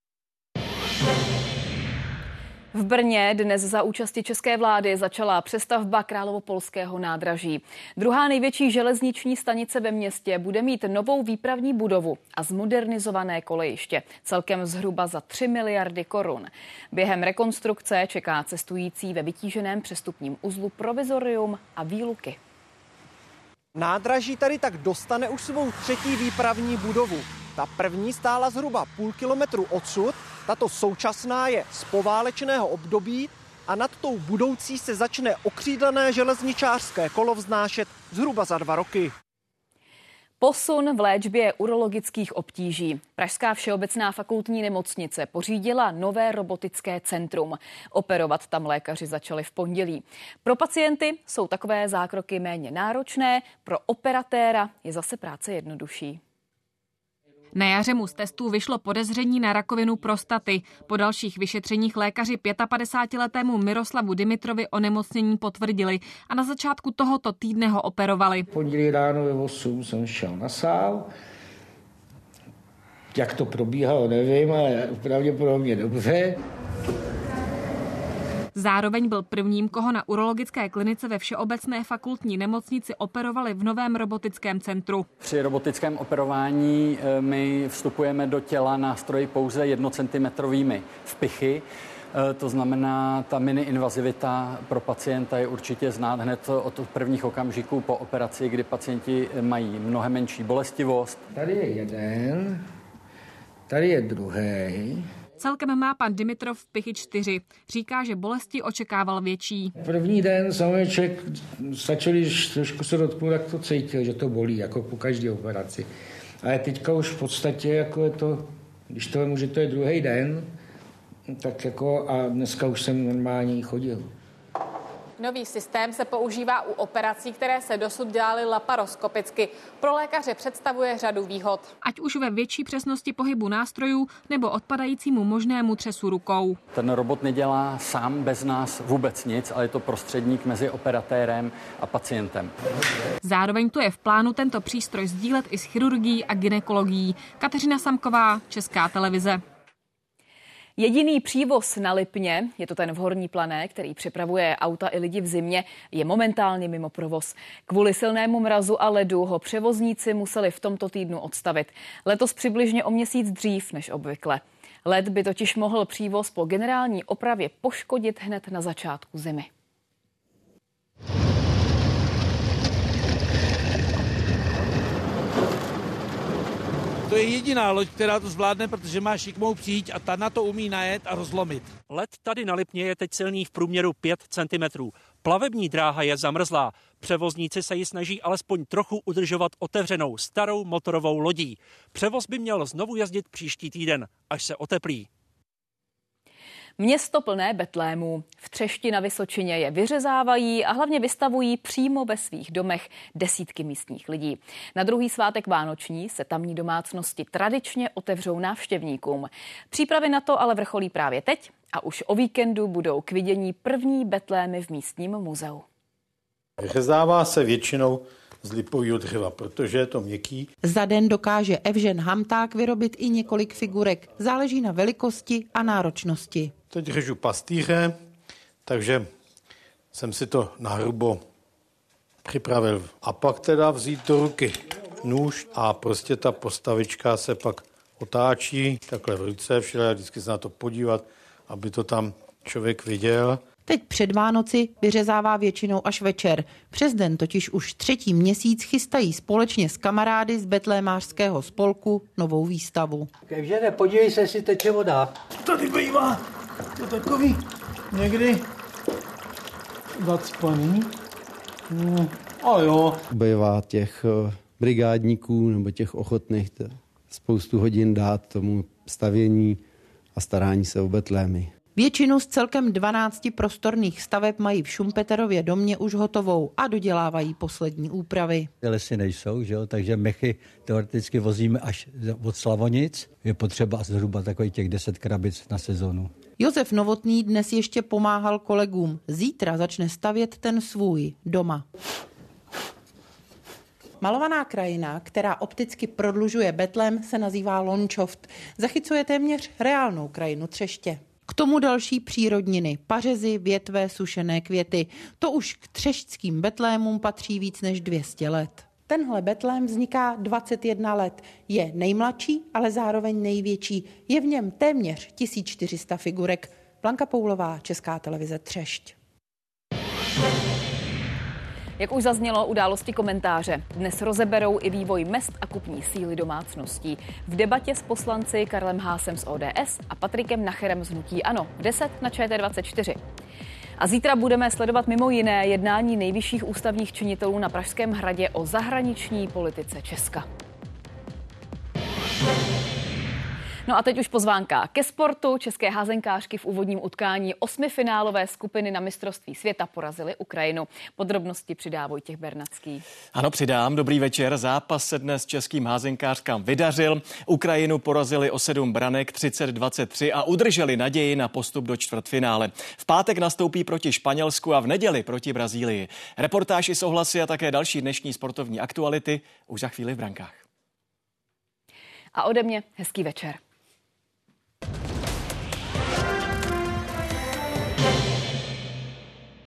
V Brně dnes za účasti české vlády začala přestavba Královopolského nádraží. Druhá největší železniční stanice ve městě bude mít novou výpravní budovu a zmodernizované kolejiště, celkem zhruba za 3 miliardy korun. Během rekonstrukce čeká cestující ve vytíženém přestupním uzlu provizorium a výluky. Nádraží tady tak dostane už svou třetí výpravní budovu. Ta první stála zhruba půl kilometru odsud, tato současná je z poválečného období a nad tou budoucí se začne okřídlené železničářské kolo vznášet zhruba za 2 roky. Posun v léčbě urologických obtíží. Pražská všeobecná fakultní nemocnice pořídila nové robotické centrum. Operovat tam lékaři začali v pondělí. Pro pacienty jsou takové zákroky méně náročné, pro operatéra je zase práce jednodušší. Na jaře mu z testů vyšlo podezření na rakovinu prostaty. Po dalších vyšetřeních lékaři 55letému Miroslavu Dimitrovi onemocnění potvrdili a na začátku tohoto týdne ho operovali. Pondělí ráno ve 8 jsem šel na sál. Jak to probíhalo, nevím, ale pravděpodobně dobře. Zároveň byl prvním, koho na urologické klinice ve Všeobecné fakultní nemocnici operovali v novém robotickém centru. Při robotickém operování my vstupujeme do těla nástroji pouze 1 centimetrovými vpichy. To znamená, ta mini-invazivita pro pacienta je určitě znát hned od prvních okamžiků po operaci, kdy pacienti mají mnohem menší bolestivost. Tady je jeden, tady je druhý. Celkem má pan Dimitrov pichy 4. Říká, že bolesti očekával větší. První den samozřejmě člověk stačil, když trošku se dotknul, tak to cítil, že to bolí, jako po každé operaci. Ale teďka už v podstatě jako je to, když to vemu, že to je druhý den, tak jako a dneska už jsem normálně chodil. Nový systém se používá u operací, které se dosud dělaly laparoskopicky. Pro lékaře představuje řadu výhod. Ať už ve větší přesnosti pohybu nástrojů nebo odpadajícímu možnému třesu rukou. Ten robot nedělá sám bez nás vůbec nic, ale je to prostředník mezi operatérem a pacientem. Zároveň tu je v plánu tento přístroj sdílet i s chirurgií a gynekologií. Kateřina Samková, Česká televize. Jediný přívoz na Lipně, je to ten v Horní Plané, který přepravuje auta i lidi v zimě, je momentálně mimo provoz. Kvůli silnému mrazu a ledu ho převozníci museli v tomto týdnu odstavit. Letos přibližně o měsíc dřív než obvykle. Led by totiž mohl přívoz po generální opravě poškodit hned na začátku zimy. To je jediná loď, která to zvládne, protože má šikmou příď a ta na to umí najet a rozlomit. Led tady na Lipně je teď silný v průměru 5 cm. Plavební dráha je zamrzlá. Převozníci se ji snaží alespoň trochu udržovat otevřenou starou motorovou lodí. Převoz by měl znovu jezdit příští týden, až se oteplí. Město plné betlémů. V Třešti na Vysočině je vyřezávají a hlavně vystavují přímo ve svých domech desítky místních lidí. Na druhý svátek vánoční se tamní domácnosti tradičně otevřou návštěvníkům. Přípravy na to ale vrcholí právě teď a už o víkendu budou k vidění první betlémy v místním muzeu. Vyřezává se většinou z lipového dřeva, protože je to měkký. Za den dokáže Evžen Hamták vyrobit i několik figurek. Záleží na velikosti a náročnosti. Teď řežu pastýře, takže jsem si to nahrubo připravil. A pak teda vzít do ruky nůž a prostě ta postavička se pak otáčí takhle v ruce, všelé vždycky se na to podívat, aby to tam člověk viděl. Teď před Vánoci vyřezává většinou až večer. Přes den totiž už 3. měsíc chystají společně s kamarády z betlémářského spolku novou výstavu. Kevžene, podívej se, jestli teče voda. Tady bývá to takový někdy zacpaný. A jo. Bývá těch brigádníků nebo těch ochotných spoustu hodin dát tomu stavění a starání se o betlémy. Většinu z celkem 12 prostorných staveb mají v Šumpeterově domě už hotovou a dodělávají poslední úpravy. Lesy nejsou, že jo? Takže mechy teoreticky vozíme až od Slavonic. Je potřeba zhruba takových těch 10 krabic na sezonu. Josef Novotný dnes ještě pomáhal kolegům. Zítra začne stavět ten svůj doma. Malovaná krajina, která opticky prodlužuje Betlém, se nazývá Lončoft. Zachycuje téměř reálnou krajinu Třeště. K tomu další přírodniny, pařezy, větve, sušené květy. To už k třešťským betlémům patří víc než 200 let. Tenhle betlém vzniká 21 let. Je nejmladší, ale zároveň největší. Je v něm téměř 1400 figurek. Blanka Poulová, Česká televize Třešť. Jak už zaznělo, události komentáře dnes rozeberou i vývoj mezd a kupní síly domácností. V debatě s poslanci Karlem Hásem z ODS a Patrikem Nacherem z hnutí ANO v 10 na ČT24. A zítra budeme sledovat mimo jiné jednání nejvyšších ústavních činitelů na Pražském hradě o zahraniční politice Česka. No a teď už pozvánka ke sportu. České házenkářky v úvodním utkání 8finálové skupiny na mistrovství světa porazily Ukrajinu. Podrobnosti přidá Vojtěch Bernacký. Ano, přidám. Dobrý večer. Zápas se dnes českým házenkářkám vydařil. Ukrajinu porazili o 7 branek 30-23 a udrželi naději na postup do čtvrtfinále. V pátek nastoupí proti Španělsku a v neděli proti Brazílii. Reportáž i s ohlasy a také další dnešní sportovní aktuality už za chvíli v brankách. A ode mě hezký večer.